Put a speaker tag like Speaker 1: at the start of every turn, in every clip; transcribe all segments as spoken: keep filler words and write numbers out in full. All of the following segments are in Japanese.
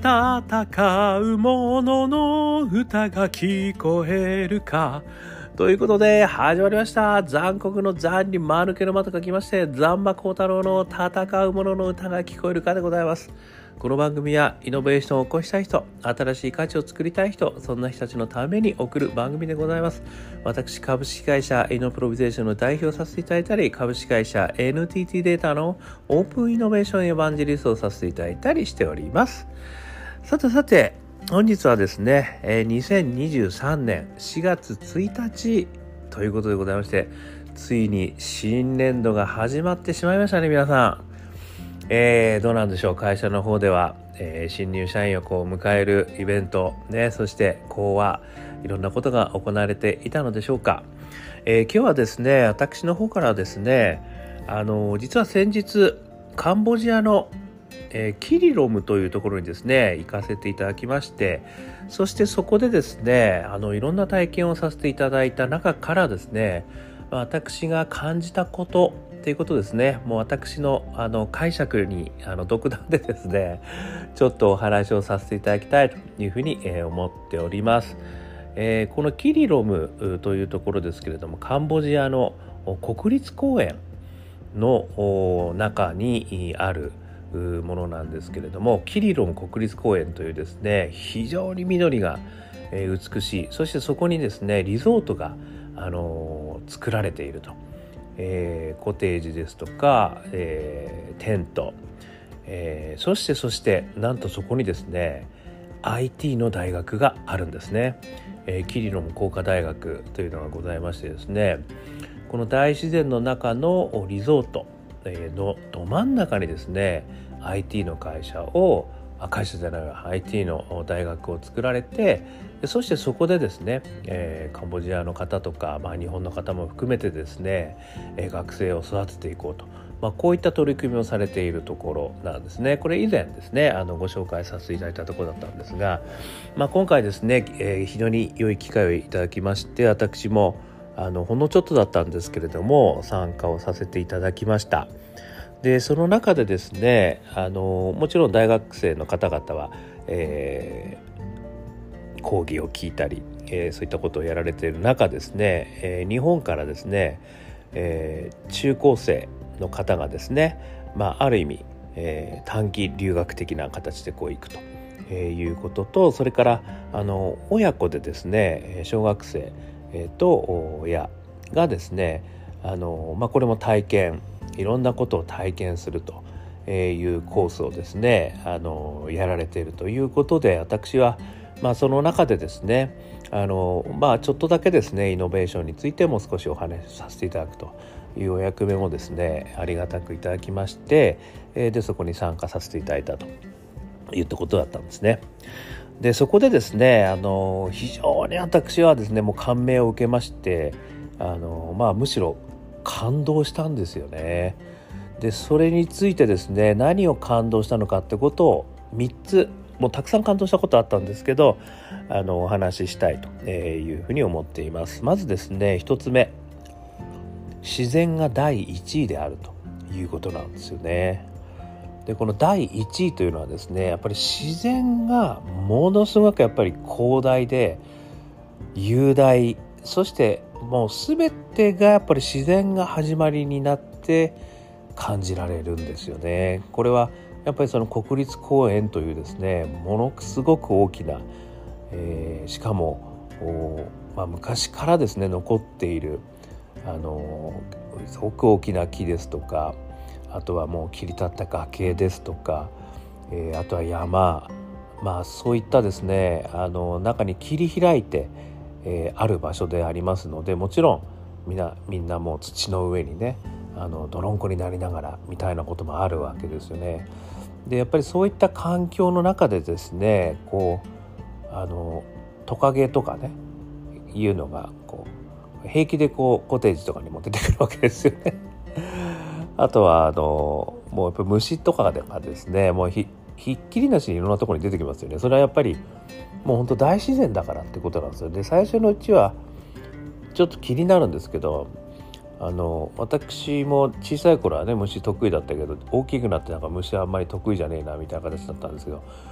Speaker 1: 戦う者の歌が聞こえるか。ということで始まりました。残酷の残に間抜けの間と書きまして、残馬高太郎の戦う者の歌が聞こえるかでございます。この番組はイノベーションを起こしたい人、新しい価値を作りたい人、そんな人たちのために送る番組でございます。私、株式会社イノプロビゼーションの代表をさせていただいたり、株式会社 エヌティーティー データのオープンイノベーションエヴァンジェリストをさせていただいたりしております。さてさて、本日はですね、にせんにじゅうさんねんしがつついたちということでございまして、ついに新年度が始まってしまいましたね、皆さん。えー、どうなんでしょう。会社の方では、えー、新入社員をこう迎えるイベント、ね、そして講話、いろんなことが行われていたのでしょうか。えー、今日はですね、私の方からですね、あの実は先日カンボジアの、えー、キリロムというところにですね行かせていただきまして、そしてそこでですね、あのいろんな体験をさせていただいた中からですね、私が感じたことということですね。もう私のあの解釈にあの独断でですね、ちょっとお話をさせていただきたいというふうに、えー、思っております。えー、このキリロムというところですけれども、カンボジアの国立公園の中にあるものなんですけれども、キリロム国立公園というですね、非常に緑が美しい、そしてそこにですねリゾートが、あのー、作られていると。えー、コテージですとか、えー、テント、えー、そしてそしてなんとそこにですね アイティー の大学があるんですね。えー、キリロム工科大学というのがございましてですね、この大自然の中のリゾートのど真ん中にですね アイティー の会社を会社じゃないわ アイティー の大学を作られて、そしてそこでですね、えー、カンボジアの方とか、まあ、日本の方も含めてですね、えー、学生を育てていこうと、まあ、こういった取り組みをされているところなんですね。これ以前ですねあのご紹介させていただいたところだったんですが、まあ、今回ですね、えー、非常に良い機会をいただきまして、私もあのほんのちょっとだったんですけれども参加をさせていただきました。でその中でですね、あのもちろん大学生の方々は、えー、講義を聞いたり、えー、そういったことをやられている中ですね、えー、日本からですね、えー、中高生の方がですね、まあ、ある意味、えー、短期留学的な形でこう行くと、えー、いうことと、それからあの親子でですね小学生、えー、と親がですね、あの、まあ、これも体験、いろんなことを体験するというコースをですねあのやられているということで、私は、まあ、その中でですねあの、まあ、ちょっとだけですねイノベーションについても少しお話しさせていただくというお役目もですねありがたくいただきまして、でそこに参加させていただいたといったことだったんですね。でそこでですねあの非常に私はですねもう感銘を受けまして、あの、まあ、むしろ感動したんですよね。でそれについてですね何を感動したのかってことをみっつ、もうたくさん感動したことあったんですけど、あのお話ししたいというふうに思っています。まずですねひとつめ、自然がだいいちいであるということなんですよね。でこのだいいちいというのはですね、やっぱり自然がものすごくやっぱり広大で雄大、そしてもう全てがやっぱり自然が始まりになって感じられるんですよね。これはやっぱりその国立公園というですねものすごく大きな、えー、しかも、まあ、昔からですね残っているあのすごく大きな木ですとか、あとはもう切り立った崖ですとか、えー、あとは山、まあそういったですねあの中に切り開いてえー、ある場所でありますので、もちろんみんなみんなもう土の上にねあの泥んこになりながらみたいなこともあるわけですよね。でやっぱりそういった環境の中でですねこうあのトカゲとかねいうのがこう平気でこうコテージとかにも出てくるわけですよね。あとはあのもうやっぱり虫とかでかですねもう ひ, ひっきりなしにいろんなところに出てきますよね。それはやっぱりもう本当大自然だからってことなんですよ。で最初のうちはちょっと気になるんですけど、あの私も小さい頃はね虫得意だったけど、大きくなってなんか虫はあんまり得意じゃねえなみたいな形だったんですけど、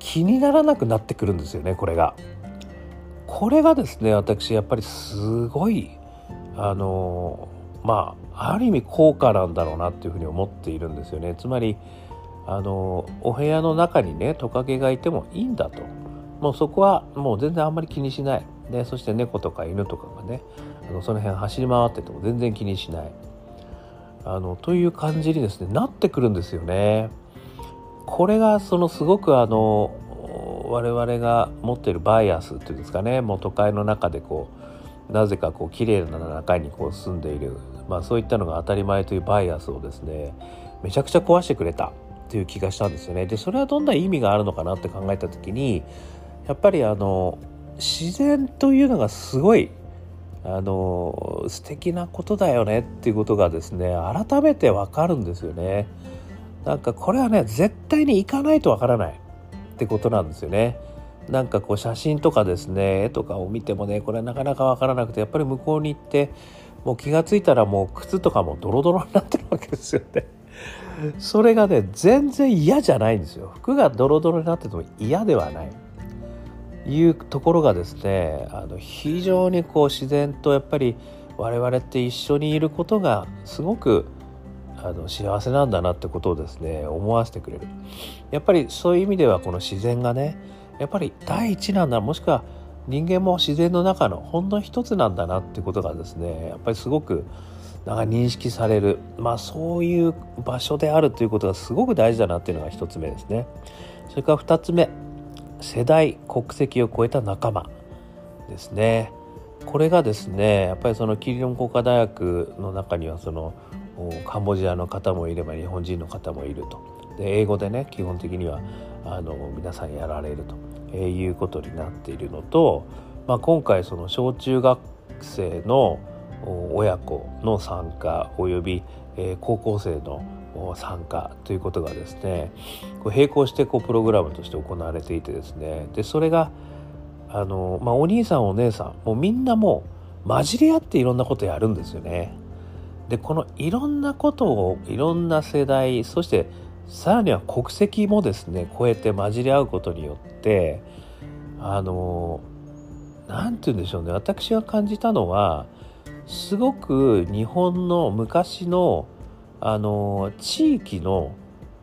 Speaker 1: 気にならなくなってくるんですよね。これがこれがですね、私やっぱりすごいあのまあある意味効果なんだろうなっていうふうに思っているんですよね。つまりあのお部屋の中にねトカゲがいてもいいんだと、もうそこはもう全然あんまり気にしないで、そして猫とか犬とかがねあのその辺走り回ってても全然気にしないあのという感じにですねなってくるんですよね。これがそのすごくあの我々が持っているバイアスっていうんですかね、もう都会の中でこうなぜかこう綺麗な中にこう住んでいる、まあそういったのが当たり前というバイアスをですねめちゃくちゃ壊してくれたっていう気がしたんですよね。でそれはどんな意味があるのかなって考えた時に、やっぱりあの自然というのがすごいあの素敵なことだよねっていうことがですね改めてわかるんですよね。なんかこれはね絶対に行かないとわからないってことなんですよね。なんかこう写真とかですね絵とかを見てもねこれなかなかわからなくて、やっぱり向こうに行ってもう気がついたらもう靴とかもドロドロになってるわけですよね。それがね全然嫌じゃないんですよ。服がドロドロになってても嫌ではないいうところがですね、あの非常にこう自然とやっぱり我々って一緒にいることがすごくあの幸せなんだなってことをですね思わせてくれる。やっぱりそういう意味ではこの自然がねやっぱり第一なんだ、もしくは人間も自然の中のほんの一つなんだなってことがですねやっぱりすごくなんか認識される、まあそういう場所であるということがすごく大事だなっていうのが一つ目ですね。それから二つ目、世代国籍を超えた仲間ですね。これがですねやっぱりそのキリロン工科大学の中にはそのカンボジアの方もいれば日本人の方もいると。で英語でね基本的にはあの皆さんやられるということになっているのと、まあ、今回その小中学生の親子の参加および、えー、高校生の参加ということがですねこう並行してこうプログラムとして行われていてですね、でそれがあの、まあ、お兄さんお姉さんもうみんなもう混じり合っていろんなことやるんですよね。でこのいろんなことをいろんな世代、そしてさらには国籍もですね超えて混じり合うことによってあのなんて言うんでしょうね、私が感じたのはすごく日本の昔のあの地域の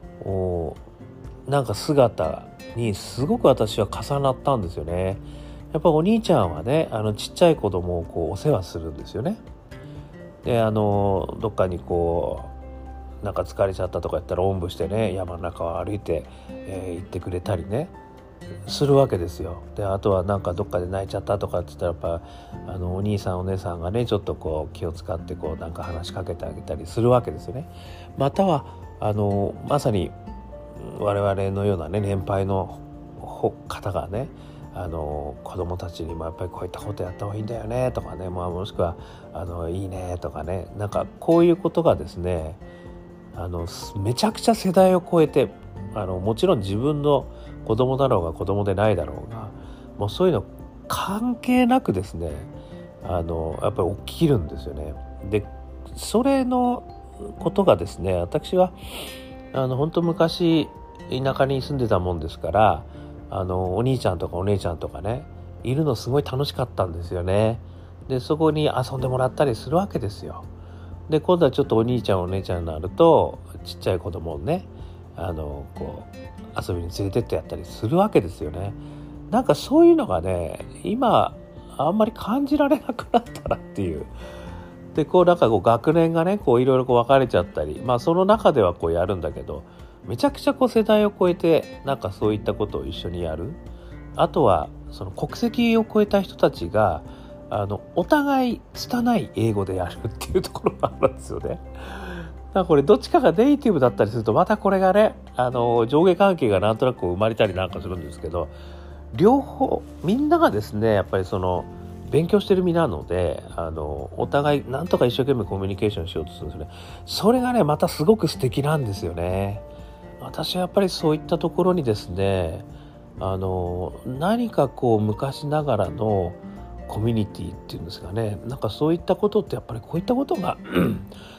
Speaker 1: なんか姿にすごく私は重なったんですよね。やっぱお兄ちゃんはねあのちっちゃい子供をこうお世話するんですよね。であのどっかにこうなんか疲れちゃったとか言ったらおんぶしてね山の中を歩いて、えー、行ってくれたりねするわけですよ。であとはなんかどっかで泣いちゃったとかって言ったらやっぱあのお兄さんお姉さんがねちょっとこう気を使ってこうなんか話しかけてあげたりするわけですよね。またはあのまさに我々のようなね年配の方がねあの子供たちにもやっぱりこういったことやった方がいいんだよねとかね、まあ、もしくはあのいいねとかね、なんかこういうことがですねあのめちゃくちゃ世代を超えてあのもちろん自分の子供だろうが子供でないだろうがもうそういうの関係なくですねあのやっぱり起きるんですよね。でそれのことがですね私はあの本当昔田舎に住んでたもんですからあのお兄ちゃんとかお姉ちゃんとかねいるのすごい楽しかったんですよね。でそこに遊んでもらったりするわけですよ。で今度はちょっとお兄ちゃんお姉ちゃんになるとちっちゃい子供をねあのこう遊びに連れてってやったりするわけですよね。なんかそういうのがね今あんまり感じられなくなったなっていう。でこうなんかこう学年がねこういろいろこう分かれちゃったり、まあその中ではこうやるんだけどめちゃくちゃこう世代を超えてなんかそういったことを一緒にやる。あとはその国籍を超えた人たちがあのお互い拙い英語でやるっていうところがあるんですよね。だからこれどっちかがネイティブだったりするとまたこれがねあの上下関係がなんとなく生まれたりなんかするんですけど、両方みんながですねやっぱりその勉強してる身なのであのお互いなんとか一生懸命コミュニケーションしようとするんですね。それがねまたすごく素敵なんですよね。私はやっぱりそういったところにですねあの何かこう昔ながらのコミュニティっていうんですかね、なんかそういったことってやっぱりこういったことが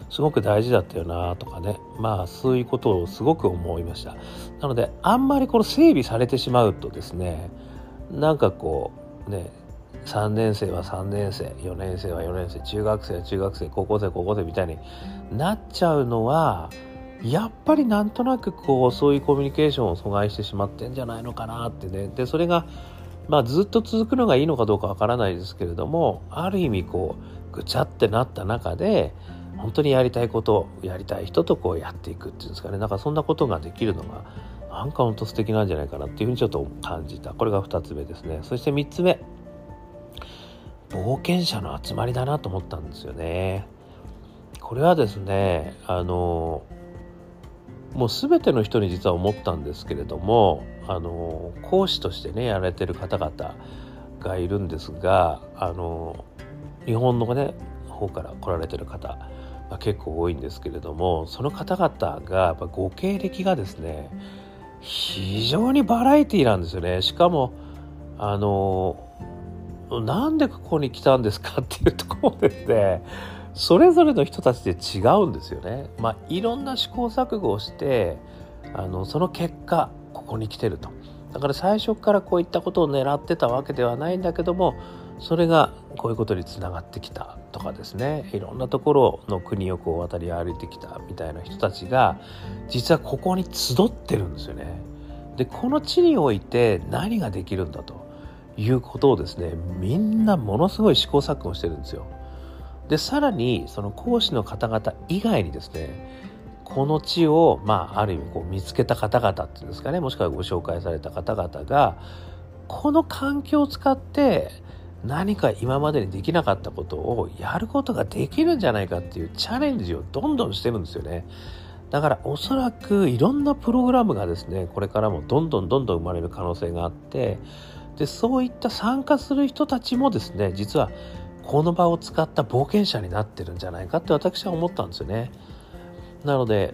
Speaker 1: すごく大事だったよなとかね、まあそういうことをすごく思いました。なのであんまりこの整備されてしまうとですね、なんかこうね、さんねん生はさんねん生、よねん生はよねん生、中学生は中学生、高校生高校生みたいになっちゃうのはやっぱりなんとなくこうそういうコミュニケーションを阻害してしまってんじゃないのかなってね。でそれがまあずっと続くのがいいのかどうかわからないですけれども、ある意味こうぐちゃってなった中で本当にやりたいことやりたい人とこうやっていくっていうんですかね、なんかそんなことができるのがなんか本当素敵なんじゃないかなっていうふうにちょっと感じた。これがふたつめですね。そしてみっつめ、冒険者の集まりだなと思ったんですよね。これはですね、あのもう全ての人に実は思ったんですけれども、あの講師としてねやられてる方々がいるんですが、あの日本のね方から来られてる方が結構多いんですけれども、その方々がやっぱご経歴がですね非常にバラエティなんですよね。しかもあのなんでここに来たんですかっていうところもですね、それぞれの人たちで違うんですよね。まあいろんな試行錯誤をしてあのその結果ここに来てると。だから最初からこういったことを狙ってたわけではないんだけども、それがこういうことにつながってきたとかですね、いろんなところの国をこう渡り歩いてきたみたいな人たちが実はここに集ってるんですよね。でこの地において何ができるんだということをですね、みんなものすごい試行錯誤してるんですよ。でさらにその講師の方々以外にですね、この地をまあある意味こう見つけた方々っていうんですかね、もしくはご紹介された方々がこの環境を使って何か今までにできなかったことをやることができるんじゃないかっていうチャレンジをどんどんしてるんですよね。だからおそらくいろんなプログラムがですね、これからもどんどんどんどん生まれる可能性があって、でそういった参加する人たちもですね、実はこの場を使った冒険者になってるんじゃないかって私は思ったんですよね。なので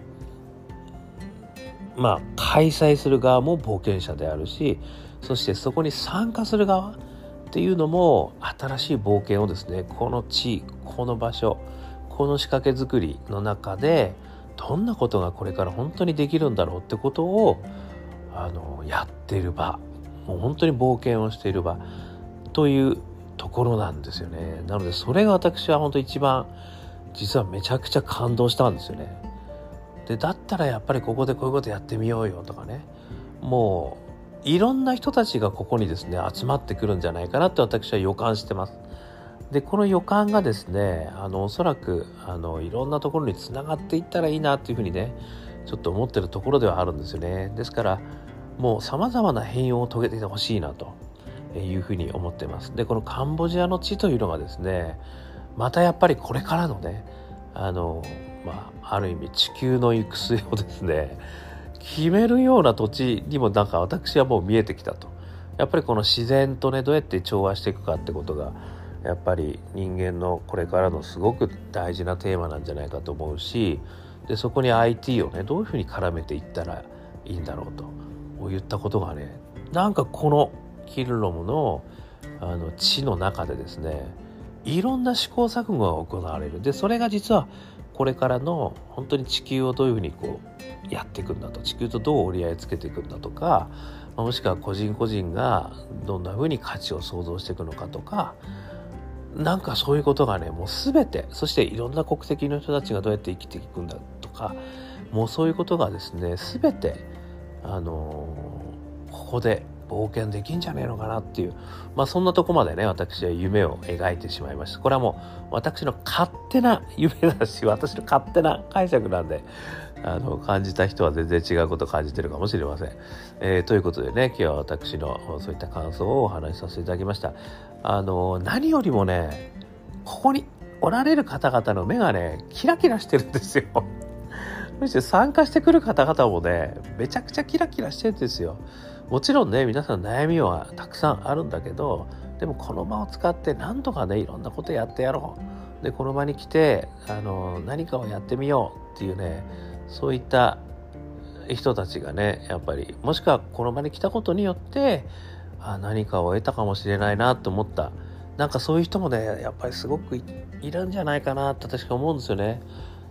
Speaker 1: まあ開催する側も冒険者であるし、そしてそこに参加する側っていうのも新しい冒険をですね、この地、この場所、この仕掛け作りの中でどんなことがこれから本当にできるんだろうってことをあのやっている場、もう本当に冒険をしている場というところなんですよね。なのでそれが私は本当一番実はめちゃくちゃ感動したんですよね。でだったらやっぱりここでこういうことやってみようよとかね、もういろんな人たちがここにですね集まってくるんじゃないかなって私は予感してます。でこの予感がですね、あのおそらくあのいろんなところにつながっていったらいいなっていうふうにねちょっと思ってるところではあるんですよね。ですからもう様々な変容を遂げていてほしいなというふうに思っています。でこのカンボジアの地というのがですね、またやっぱりこれからのねあのまあある意味地球の行く末をですね決めるような土地にもなんか私はもう見えてきたと。やっぱりこの自然とねどうやって調和していくかってことがやっぱり人間のこれからのすごく大事なテーマなんじゃないかと思うし、でそこに アイティー をねどういうふうに絡めていったらいいんだろうと言ったことがね、なんかこのキルロムのあの地の中でですねいろんな試行錯誤が行われる。でそれが実はこれからの本当に地球をどういうふうにこうやっていくんだと、地球とどう折り合いつけていくんだとか、もしくは個人個人がどんなふうに価値を創造していくのかとか、なんかそういうことがねもう全て、そしていろんな国籍の人たちがどうやって生きていくんだとか、もうそういうことがですね全てあのー、ここで冒険できんじゃねえのかなっていう、まあそんなとこまでね私は夢を描いてしまいました。これはもう私の勝手な夢だし、私の勝手な解釈なんで、あの感じた人は全然違うことを感じてるかもしれません。えー、ということでね、今日は私のそういった感想をお話しさせていただきました。あの何よりもね、ここにおられる方々の目がねキラキラしてるんですよ。そして参加してくる方々もねめちゃくちゃキラキラしてるんですよ。もちろんね皆さん悩みはたくさんあるんだけど、でもこの場を使ってなんとかねいろんなことやってやろう、でこの場に来てあの何かをやってみようっていうね、そういった人たちがねやっぱり、もしくはこの場に来たことによってあ何かを得たかもしれないなと思った、なんかそういう人もねやっぱりすごく い, いるんじゃないかなって私は思うんですよね。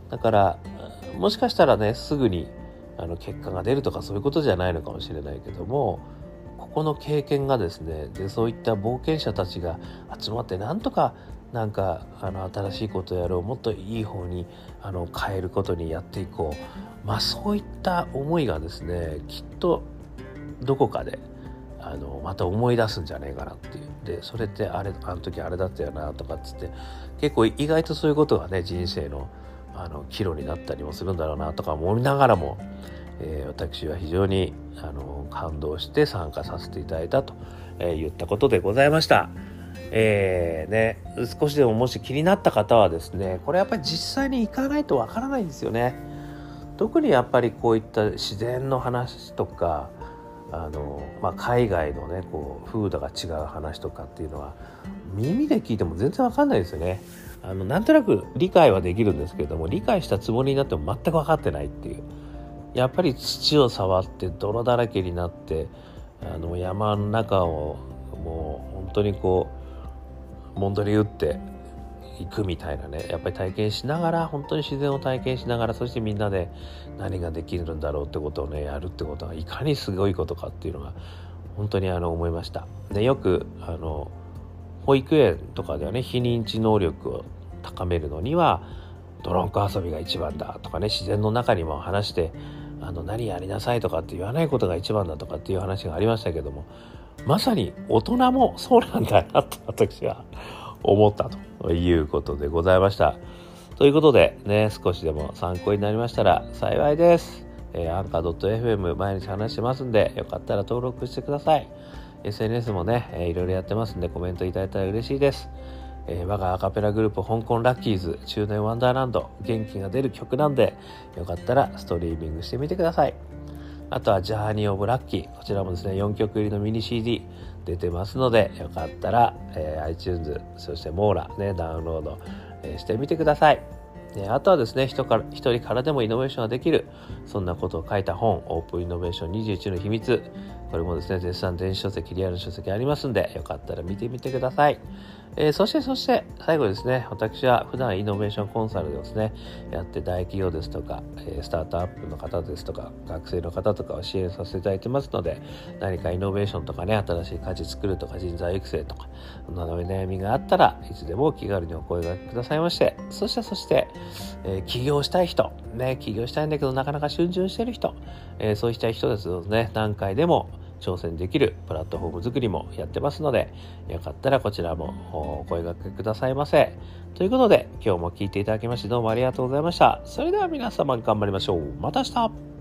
Speaker 1: だからもしかしたらねすぐにあの結果が出るとかそういうことじゃないのかもしれないけども、ここの経験がですね、でそういった冒険者たちが集まってなんとかなんかあの新しいことをやろう、もっといい方にあの変えることにやっていこう、まあそういった思いがですねきっとどこかであのまた思い出すんじゃねえかなっていう。でそれってあれあの時あれだったよなとかっつって結構意外とそういうことがね人生のあの岐路になったりもするんだろうなとか思いながらも、えー、私は非常にあの感動して参加させていただいたと、えー、言ったことでございました。えーね、少しでももし気になった方はですね、これやっぱり実際に行かないとわからないんですよね。特にやっぱりこういった自然の話とかあの、まあ、海外のねこう風土が違う話とかっていうのは耳で聞いても全然わかんないですよね。あのなんとなく理解はできるんですけれども、理解したつもりになっても全く分かってないっていう。やっぱり土を触って泥だらけになってあの山の中をもう本当にこうもんどり打っていくみたいなね、やっぱり体験しながら、本当に自然を体験しながら、そしてみんなで何ができるんだろうってことをねやるってことがいかにすごいことかっていうのが本当にあの思いました。でよくあの保育園とかではね非認知能力を高めるのにはドロンコ遊びが一番だとかね、自然の中にも話してあの何やりなさいとかって言わないことが一番だとかっていう話がありましたけども、まさに大人もそうなんだなと私は思ったということでございました。ということでね、少しでも参考になりましたら幸いです。えー、アンカー .fm 毎日話してますんで、よかったら登録してください。エスエヌエス もね、えー、いろいろやってますんでコメントいただいたら嬉しいです。えー、我がアカペラグループ香港ラッキーズ中年ワンダーランド、元気が出る曲なんでよかったらストリーミングしてみてください。あとはジャーニーオブラッキー、こちらもですねよんきょく入りのミニ シーディー 出てますので、よかったら、えー、iTunes そしてモーラねダウンロード、えー、してみてください。であとはですね人から一人からでもイノベーションができる、そんなことを書いた本、オープンイノベーションにじゅういちの秘密、これもですね絶賛電子書籍、リアル書籍ありますんで、よかったら見てみてください。えー、そしてそして最後ですね、私は普段イノベーションコンサルでですねやって大企業ですとか、えー、スタートアップの方ですとか学生の方とかを支援させていただいてますので、何かイノベーションとかね、新しい価値作るとか人材育成とかそんな悩みがあったらいつでも気軽にお声掛けくださいまして、そしてそして、えー、起業したい人ね、起業したいんだけどなかなか逡巡してる人、えー、そうしたい人ですのでね、何回でも挑戦できるプラットフォーム作りもやってますので、よかったらこちらもお声掛けくださいませ。ということで今日も聞いていただきましてどうもありがとうございました。それでは皆様頑張りましょう。また明日。